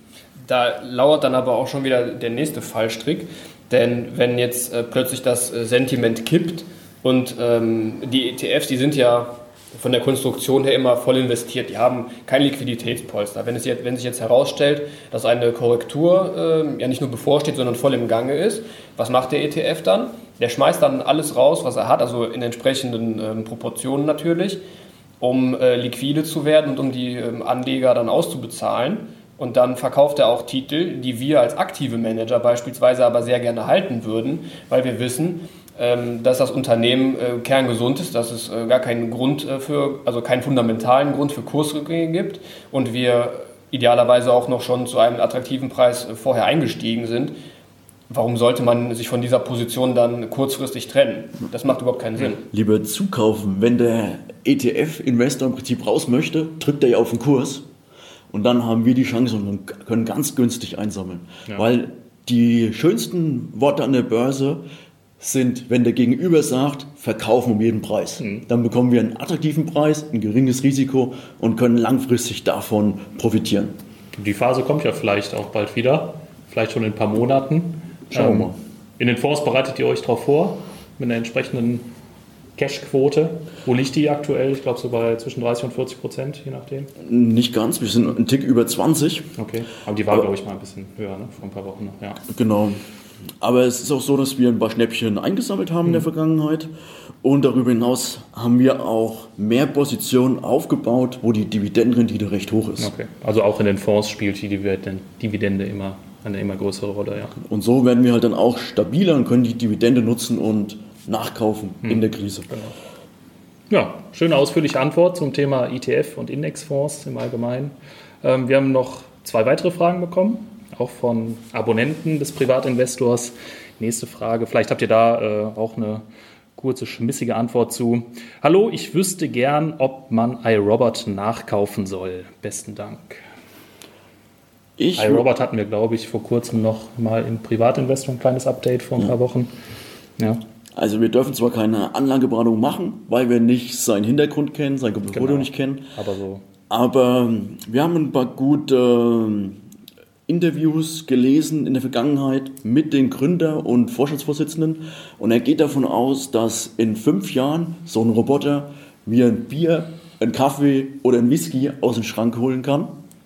Da lauert dann aber auch schon wieder der nächste Fallstrick, denn wenn jetzt plötzlich das Sentiment kippt und die ETFs, die sind ja von der Konstruktion her immer voll investiert, die haben kein Liquiditätspolster. Wenn sich jetzt herausstellt, dass eine Korrektur ja nicht nur bevorsteht, sondern voll im Gange ist, was macht der ETF dann? Der schmeißt dann alles raus, was er hat, also in entsprechenden Proportionen natürlich, um liquide zu werden und um die Anleger dann auszubezahlen. Und dann verkauft er auch Titel, die wir als aktive Manager beispielsweise aber sehr gerne halten würden, weil wir wissen, dass das Unternehmen kerngesund ist, dass es gar keinen Grund keinen fundamentalen Grund für Kursrückgänge gibt und wir idealerweise auch noch schon zu einem attraktiven Preis vorher eingestiegen sind. Warum sollte man sich von dieser Position dann kurzfristig trennen? Das macht überhaupt keinen Sinn. Lieber zukaufen. Wenn der ETF-Investor im Prinzip raus möchte, drückt er ja auf den Kurs. Und dann haben wir die Chance und können ganz günstig einsammeln. Ja. Weil die schönsten Worte an der Börse sind, wenn der Gegenüber sagt, verkaufen um jeden Preis. Dann bekommen wir einen attraktiven Preis, ein geringes Risiko und können langfristig davon profitieren. Die Phase kommt ja vielleicht auch bald wieder, vielleicht schon in ein paar Monaten. Schauen wir mal. In den Fonds bereitet ihr euch darauf vor, mit einer entsprechenden Cash-Quote. Wo liegt die aktuell? Ich glaube so bei zwischen 30% und 40%, je nachdem. Nicht ganz, wir sind einen Tick über 20. Okay, aber die war, glaube ich, mal ein bisschen höher, ne? Vor ein paar Wochen noch. Ja. Genau. Aber es ist auch so, dass wir ein paar Schnäppchen eingesammelt haben in der Vergangenheit. Und darüber hinaus haben wir auch mehr Positionen aufgebaut, wo die Dividendenrendite recht hoch ist. Okay, also auch in den Fonds spielt die Dividende immer eine immer größere Rolle, ja. Und so werden wir halt dann auch stabiler und können die Dividende nutzen und nachkaufen in der Krise. Genau. Ja, schöne ausführliche Antwort zum Thema ETF und Indexfonds im Allgemeinen. Wir haben noch 2 weitere Fragen bekommen, auch von Abonnenten des Privatinvestors. Nächste Frage, vielleicht habt ihr da auch eine kurze, schmissige Antwort zu. Hallo, ich wüsste gern, ob man iRobot nachkaufen soll. Besten Dank. iRobot hatten wir, glaube ich, vor kurzem noch mal im Privatinvestor ein kleines Update vor ein paar Wochen. Ja. Also wir dürfen zwar keine Anlageberatung machen, weil wir nicht seinen Hintergrund kennen, sein Portfolio nicht kennen. Aber wir haben ein paar gute Interviews gelesen in der Vergangenheit mit den Gründer und Vorstandsvorsitzenden. Und er geht davon aus, dass in 5 Jahren so ein Roboter mir ein Bier, einen Kaffee oder einen Whisky aus dem Schrank holen kann.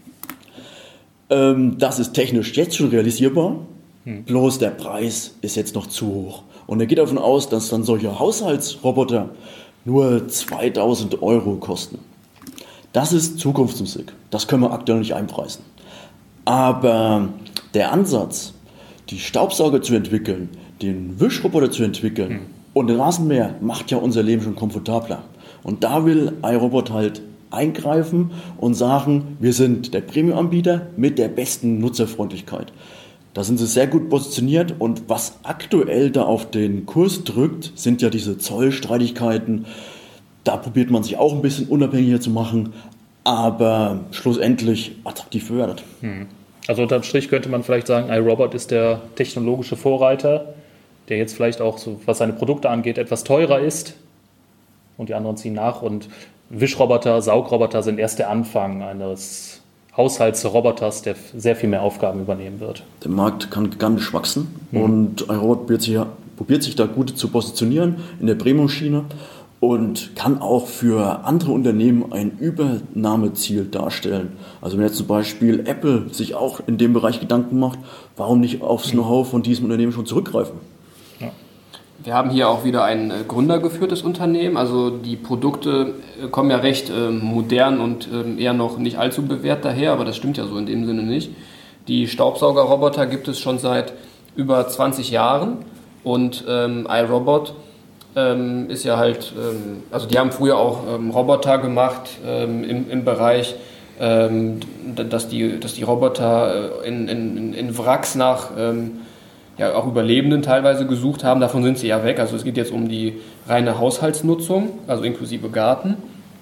Das ist technisch jetzt schon realisierbar, bloß der Preis ist jetzt noch zu hoch. Und er geht davon aus, dass dann solche Haushaltsroboter nur 2.000 € kosten. Das ist Zukunftsmusik. Das können wir aktuell nicht einpreisen. Aber der Ansatz, die Staubsauger zu entwickeln, den Wischroboter zu entwickeln und den Rasenmäher macht ja unser Leben schon komfortabler. Und da will iRobot halt eingreifen und sagen, wir sind der Premium-Anbieter mit der besten Nutzerfreundlichkeit. Da sind sie sehr gut positioniert und was aktuell da auf den Kurs drückt, sind ja diese Zollstreitigkeiten. Da probiert man sich auch ein bisschen unabhängiger zu machen, aber schlussendlich attraktiv bewertet. Also unterm Strich könnte man vielleicht sagen, iRobot ist der technologische Vorreiter, der jetzt vielleicht auch, so, was seine Produkte angeht, etwas teurer ist und die anderen ziehen nach und Wischroboter, Saugroboter sind erst der Anfang eines Haushaltsroboters, der sehr viel mehr Aufgaben übernehmen wird. Der Markt kann gigantisch wachsen und iRobot probiert sich da gut zu positionieren in der Premium-Schiene und kann auch für andere Unternehmen ein Übernahmeziel darstellen. Also wenn jetzt zum Beispiel Apple sich auch in dem Bereich Gedanken macht, warum nicht aufs Know-how von diesem Unternehmen schon zurückgreifen? Wir haben hier auch wieder ein gründergeführtes Unternehmen. Also die Produkte kommen ja recht modern und eher noch nicht allzu bewährt daher, aber das stimmt ja so in dem Sinne nicht. Die Staubsaugerroboter gibt es schon seit über 20 Jahren und iRobot ist ja halt, also die haben früher auch Roboter gemacht im Bereich, dass die Roboter in Wracks nach ja, auch Überlebenden teilweise gesucht haben. Davon sind sie ja weg. Also es geht jetzt um die reine Haushaltsnutzung, also inklusive Garten.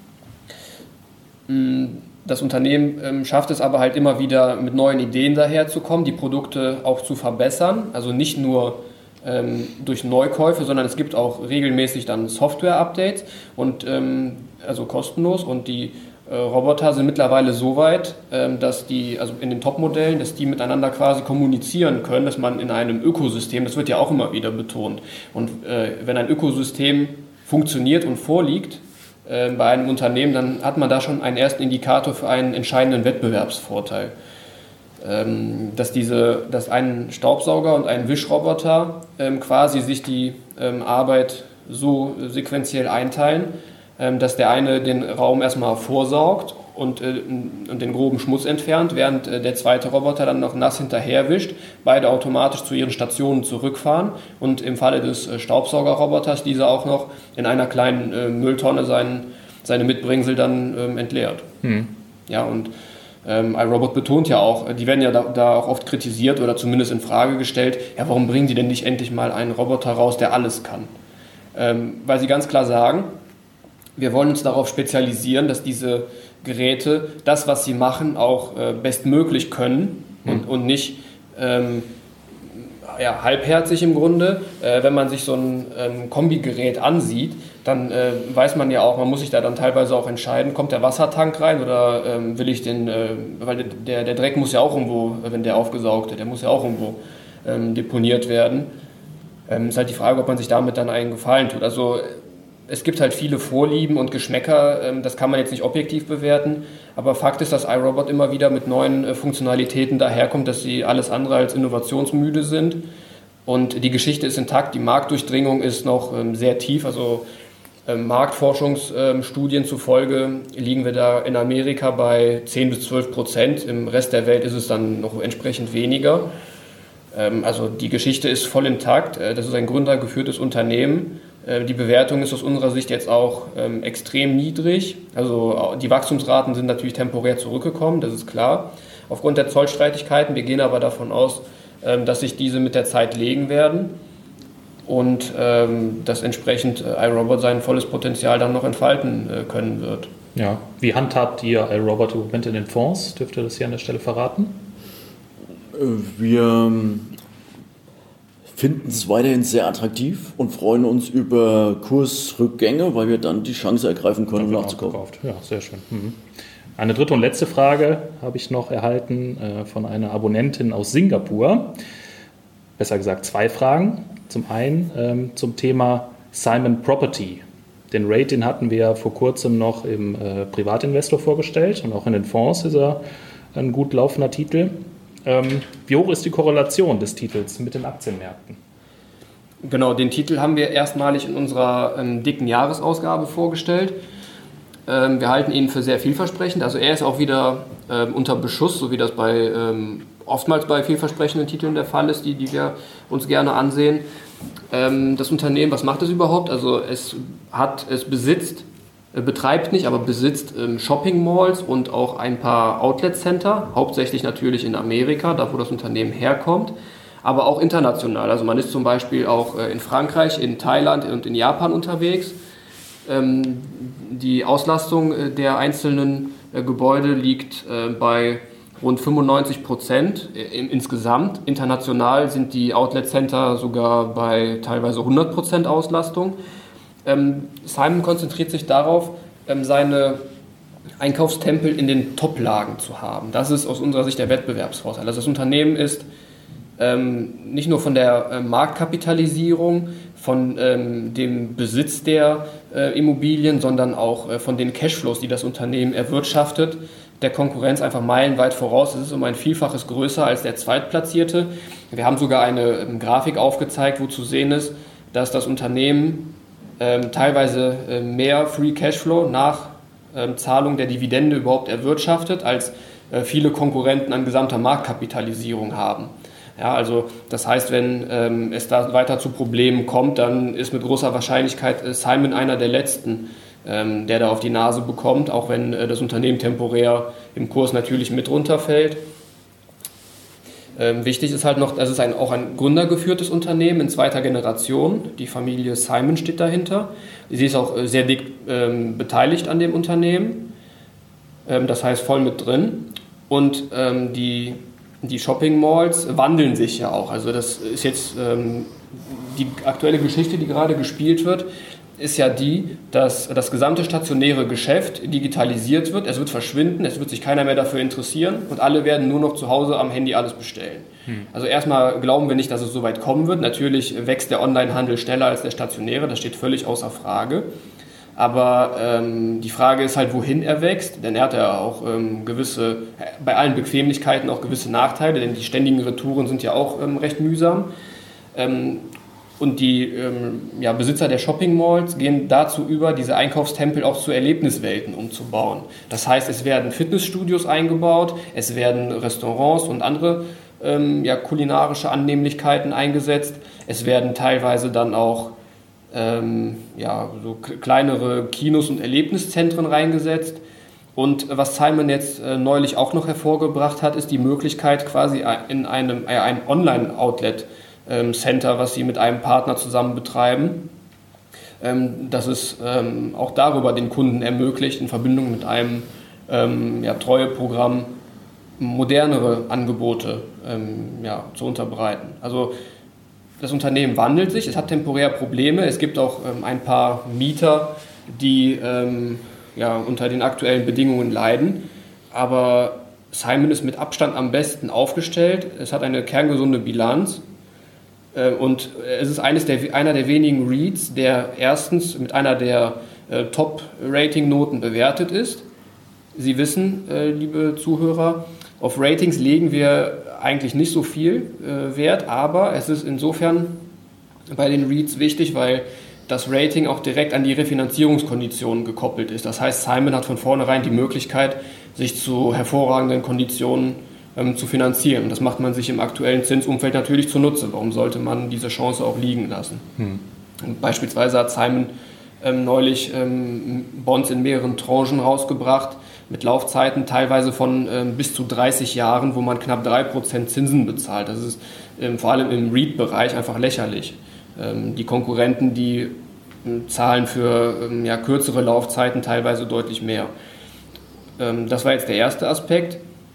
Das Unternehmen schafft es aber halt immer wieder mit neuen Ideen daherzukommen, die Produkte auch zu verbessern. Also nicht nur durch Neukäufe, sondern es gibt auch regelmäßig dann Software-Updates und also kostenlos und die Roboter sind mittlerweile so weit, dass die, also in den Top-Modellen, dass die miteinander quasi kommunizieren können, dass man in einem Ökosystem, das wird ja auch immer wieder betont, und wenn ein Ökosystem funktioniert und vorliegt bei einem Unternehmen, dann hat man da schon einen ersten Indikator für einen entscheidenden Wettbewerbsvorteil. Dass ein Staubsauger und ein Wischroboter quasi sich die Arbeit so sequenziell einteilen, dass der eine den Raum erstmal vorsaugt und den groben Schmutz entfernt, während der zweite Roboter dann noch nass hinterher wischt, beide automatisch zu ihren Stationen zurückfahren und im Falle des Staubsaugerroboters diese auch noch in einer kleinen Mülltonne seine Mitbringsel dann entleert. Ja, und iRobot betont ja auch, die werden ja da auch oft kritisiert oder zumindest in Frage gestellt, ja, warum bringen die denn nicht endlich mal einen Roboter raus, der alles kann? Weil sie ganz klar sagen, wir wollen uns darauf spezialisieren, dass diese Geräte das, was sie machen, auch bestmöglich können und nicht halbherzig im Grunde. Wenn man sich so ein Kombigerät ansieht, dann weiß man ja auch, man muss sich da dann teilweise auch entscheiden, kommt der Wassertank rein oder will ich weil der Dreck muss ja auch irgendwo, wenn der aufgesaugt wird, der muss ja auch irgendwo deponiert werden. Ist halt die Frage, ob man sich damit dann einen Gefallen tut. Also es gibt halt viele Vorlieben und Geschmäcker, das kann man jetzt nicht objektiv bewerten, aber Fakt ist, dass iRobot immer wieder mit neuen Funktionalitäten daherkommt, dass sie alles andere als innovationsmüde sind und die Geschichte ist intakt, die Marktdurchdringung ist noch sehr tief, also Marktforschungsstudien zufolge liegen wir da in Amerika bei 10-12%, im Rest der Welt ist es dann noch entsprechend weniger. Also die Geschichte ist voll intakt, das ist ein gründergeführtes Unternehmen. Die Bewertung ist aus unserer Sicht jetzt auch extrem niedrig. Also die Wachstumsraten sind natürlich temporär zurückgekommen, das ist klar, aufgrund der Zollstreitigkeiten. Wir gehen aber davon aus, dass sich diese mit der Zeit legen werden. und dass entsprechend iRobot sein volles Potenzial dann noch entfalten können wird. Ja. Wie handhabt ihr iRobot im Moment in den Fonds? Dürft ihr das hier an der Stelle verraten? Wir finden es weiterhin sehr attraktiv und freuen uns über Kursrückgänge, weil wir dann die Chance ergreifen können, um nachzukaufen. Ja, sehr schön. Eine dritte und letzte Frage habe ich noch erhalten von einer Abonnentin aus Singapur. Besser gesagt 2 Fragen. Zum einen zum Thema Simon Property. Den Rate, den hatten wir vor kurzem noch im Privatinvestor vorgestellt und auch in den Fonds ist er ein gut laufender Titel. Wie hoch ist die Korrelation des Titels mit den Aktienmärkten? Genau, den Titel haben wir erstmalig in unserer dicken Jahresausgabe vorgestellt. Wir halten ihn für sehr vielversprechend. Also er ist auch wieder unter Beschuss, so wie das oftmals bei vielversprechenden Titeln der Fall ist, die wir uns gerne ansehen. Das Unternehmen, was macht es überhaupt? Also es betreibt nicht, aber besitzt Shopping Malls und auch ein paar Outlet Center, hauptsächlich natürlich in Amerika, da wo das Unternehmen herkommt, aber auch international. Also man ist zum Beispiel auch in Frankreich, in Thailand und in Japan unterwegs. Die Auslastung der einzelnen Gebäude liegt bei rund 95% insgesamt. International sind die Outlet Center sogar bei teilweise 100% Auslastung. Simon konzentriert sich darauf, seine Einkaufstempel in den Top-Lagen zu haben. Das ist aus unserer Sicht der Wettbewerbsvorteil. Also das Unternehmen ist nicht nur von der Marktkapitalisierung, von dem Besitz der Immobilien, sondern auch von den Cashflows, die das Unternehmen erwirtschaftet, der Konkurrenz einfach meilenweit voraus. Es ist um ein Vielfaches größer als der Zweitplatzierte. Wir haben sogar eine Grafik aufgezeigt, wo zu sehen ist, dass das Unternehmen teilweise mehr Free Cashflow nach Zahlung der Dividende überhaupt erwirtschaftet, als viele Konkurrenten an gesamter Marktkapitalisierung haben. Ja, also das heißt, wenn es da weiter zu Problemen kommt, dann ist mit großer Wahrscheinlichkeit Simon einer der Letzten, der da auf die Nase bekommt, auch wenn das Unternehmen temporär im Kurs natürlich mit runterfällt. Wichtig ist halt noch, es ist auch ein gründergeführtes Unternehmen in 2. Generation. Die Familie Simon steht dahinter. Sie ist auch sehr dick beteiligt an dem Unternehmen. Das heißt voll mit drin. Und die Shopping Malls wandeln sich ja auch. Also das ist jetzt die aktuelle Geschichte, die gerade gespielt wird, ist ja die, dass das gesamte stationäre Geschäft digitalisiert wird. Es wird verschwinden, es wird sich keiner mehr dafür interessieren und alle werden nur noch zu Hause am Handy alles bestellen. Also erstmal glauben wir nicht, dass es so weit kommen wird. Natürlich wächst der Onlinehandel schneller als der stationäre, das steht völlig außer Frage. Aber die Frage ist halt, wohin er wächst, denn er hat ja auch bei allen Bequemlichkeiten auch gewisse Nachteile, denn die ständigen Retouren sind ja auch recht mühsam. Und die Besitzer der Shopping Malls gehen dazu über, diese Einkaufstempel auch zu Erlebniswelten umzubauen. Das heißt, es werden Fitnessstudios eingebaut, es werden Restaurants und andere kulinarische Annehmlichkeiten eingesetzt. Es werden teilweise dann auch so kleinere Kinos und Erlebniszentren reingesetzt. Und was Simon jetzt neulich auch noch hervorgebracht hat, ist die Möglichkeit quasi in ein Online-Outlet Center, was sie mit einem Partner zusammen betreiben, dass es auch darüber den Kunden ermöglicht, in Verbindung mit einem Treueprogramm modernere Angebote zu unterbreiten. Also das Unternehmen wandelt sich, es hat temporär Probleme, es gibt auch ein paar Mieter, die unter den aktuellen Bedingungen leiden, aber Simon ist mit Abstand am besten aufgestellt, es hat eine kerngesunde Bilanz. Und es ist einer der wenigen REITs, der erstens mit einer der Top-Rating-Noten bewertet ist. Sie wissen, liebe Zuhörer, auf Ratings legen wir eigentlich nicht so viel Wert, aber es ist insofern bei den REITs wichtig, weil das Rating auch direkt an die Refinanzierungskonditionen gekoppelt ist. Das heißt, Simon hat von vornherein die Möglichkeit, sich zu hervorragenden Konditionen zu finanzieren. Das macht man sich im aktuellen Zinsumfeld natürlich zunutze. Warum sollte man diese Chance auch liegen lassen? Und beispielsweise hat Simon neulich Bonds in mehreren Tranchen rausgebracht, mit Laufzeiten teilweise von bis zu 30 Jahren, wo man knapp 3% Zinsen bezahlt. Das ist vor allem im REIT-Bereich einfach lächerlich. Die Konkurrenten, die zahlen für kürzere Laufzeiten teilweise deutlich mehr. Das war jetzt der erste Aspekt,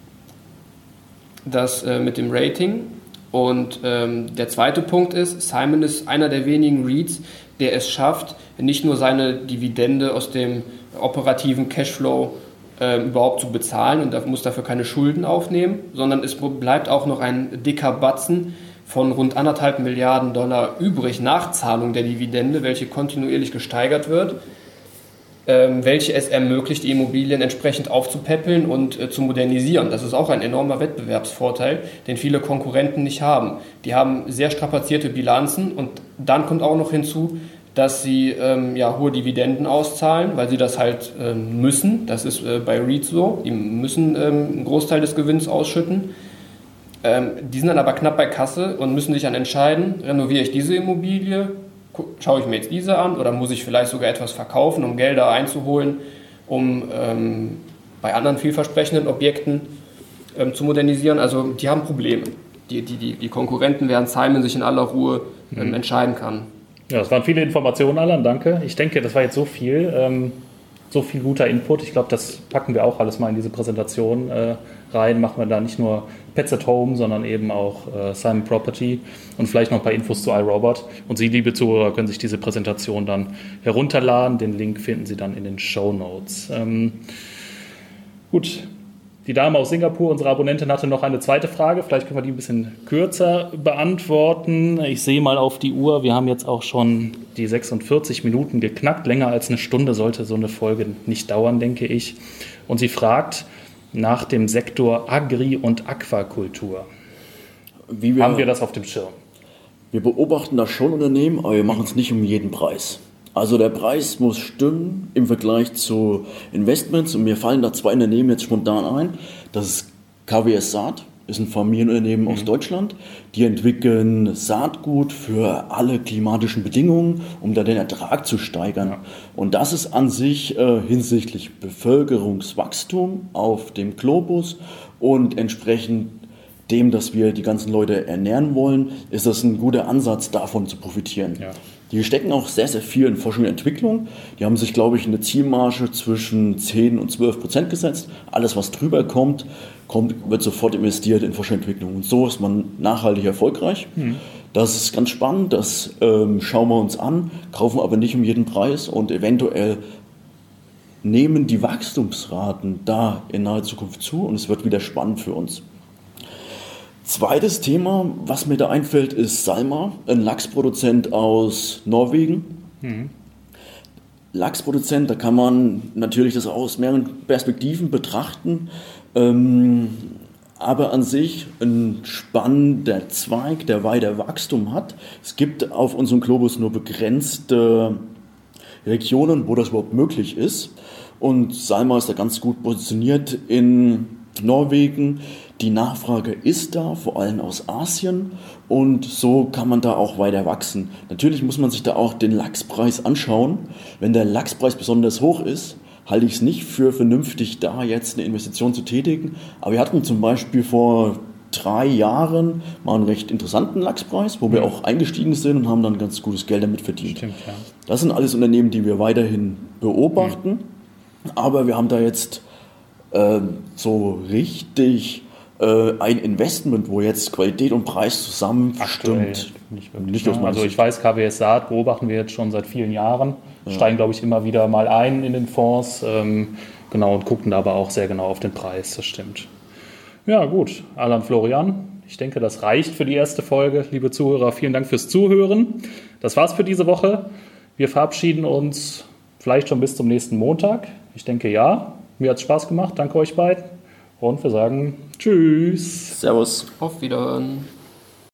das mit dem Rating. Und der zweite Punkt ist, Simon ist einer der wenigen REITs, der es schafft, nicht nur seine Dividende aus dem operativen Cashflow überhaupt zu bezahlen und muss dafür keine Schulden aufnehmen, sondern es bleibt auch noch ein dicker Batzen von rund 1,5 Milliarden Dollar übrig nach Zahlung der Dividende, welche kontinuierlich gesteigert wird, welche es ermöglicht, die Immobilien entsprechend aufzupäppeln und zu modernisieren. Das ist auch ein enormer Wettbewerbsvorteil, den viele Konkurrenten nicht haben. Die haben sehr strapazierte Bilanzen und dann kommt auch noch hinzu, dass sie hohe Dividenden auszahlen, weil sie das halt müssen. Das ist bei REITs so. Die müssen einen Großteil des Gewinns ausschütten. Die sind dann aber knapp bei Kasse und müssen sich dann entscheiden, renoviere ich diese Immobilie, schaue ich mir jetzt diese an oder muss ich vielleicht sogar etwas verkaufen, um Gelder einzuholen, um bei anderen vielversprechenden Objekten zu modernisieren. Also die haben Probleme. Die Konkurrenten, während Simon sich in aller Ruhe entscheiden kann. Ja, das waren viele Informationen, Alan, danke. Ich denke, das war jetzt so viel guter Input. Ich glaube, das packen wir auch alles mal in diese Präsentation rein. Machen wir da nicht nur Pets at Home, sondern eben auch Simon Property und vielleicht noch ein paar Infos zu iRobot. Und Sie, liebe Zuhörer, können sich diese Präsentation dann herunterladen. Den Link finden Sie dann in den Shownotes. Gut. Die Dame aus Singapur, unsere Abonnentin, hatte noch eine zweite Frage. Vielleicht können wir die ein bisschen kürzer beantworten. Ich sehe mal auf die Uhr, wir haben jetzt auch schon die 46 Minuten geknackt. Länger als eine Stunde sollte so eine Folge nicht dauern, denke ich. Und sie fragt nach dem Sektor Agri- und Aquakultur. Haben wir das auf dem Schirm? Wir beobachten das schon Unternehmen, aber wir machen es nicht um jeden Preis. Also der Preis muss stimmen im Vergleich zu Investments und mir fallen da zwei Unternehmen jetzt spontan ein. Das ist KWS Saat, ist ein Familienunternehmen aus Deutschland. Die entwickeln Saatgut für alle klimatischen Bedingungen, um da den Ertrag zu steigern. Ja. Und das ist an sich hinsichtlich Bevölkerungswachstum auf dem Globus und entsprechend dem, dass wir die ganzen Leute ernähren wollen, ist das ein guter Ansatz, davon zu profitieren. Ja. Die stecken auch sehr, sehr viel in Forschung und Entwicklung. Die haben sich, glaube ich, eine Zielmarge zwischen 10 und 12% gesetzt. Alles, was drüber kommt, wird sofort investiert in Forschung und Entwicklung. Und so ist man nachhaltig erfolgreich. Das ist ganz spannend, das schauen wir uns an, kaufen aber nicht um jeden Preis und eventuell nehmen die Wachstumsraten da in naher Zukunft zu und es wird wieder spannend für uns. Zweites Thema, was mir da einfällt, ist SalMar, ein Lachsproduzent aus Norwegen. Lachsproduzent, da kann man natürlich das auch aus mehreren Perspektiven betrachten, aber an sich ein spannender Zweig, der weiter Wachstum hat. Es gibt auf unserem Globus nur begrenzte Regionen, wo das überhaupt möglich ist. Und SalMar ist da ganz gut positioniert in Norwegen. Die Nachfrage ist da, vor allem aus Asien, und so kann man da auch weiter wachsen. Natürlich muss man sich da auch den Lachspreis anschauen. Wenn der Lachspreis besonders hoch ist, halte ich es nicht für vernünftig, da jetzt eine Investition zu tätigen. Aber wir hatten zum Beispiel vor 3 Jahren mal einen recht interessanten Lachspreis, wo wir auch eingestiegen sind und haben dann ganz gutes Geld damit verdient. Stimmt, ja. Das sind alles Unternehmen, die wir weiterhin beobachten. Aber wir haben da jetzt so richtig ein Investment, wo jetzt Qualität und Preis zusammen stimmt. Nicht also ich weiß, KWS Saat beobachten wir jetzt schon seit vielen Jahren, steigen, glaube ich, immer wieder mal ein in den Fonds, und gucken da aber auch sehr genau auf den Preis, das stimmt. Ja gut, Alan, Florian, ich denke, das reicht für die erste Folge. Liebe Zuhörer, vielen Dank fürs Zuhören. Das war's für diese Woche. Wir verabschieden uns vielleicht schon bis zum nächsten Montag. Ich denke, ja. Mir hat es Spaß gemacht. Danke euch beiden. Und wir sagen Tschüss. Servus. Auf Wiederhören.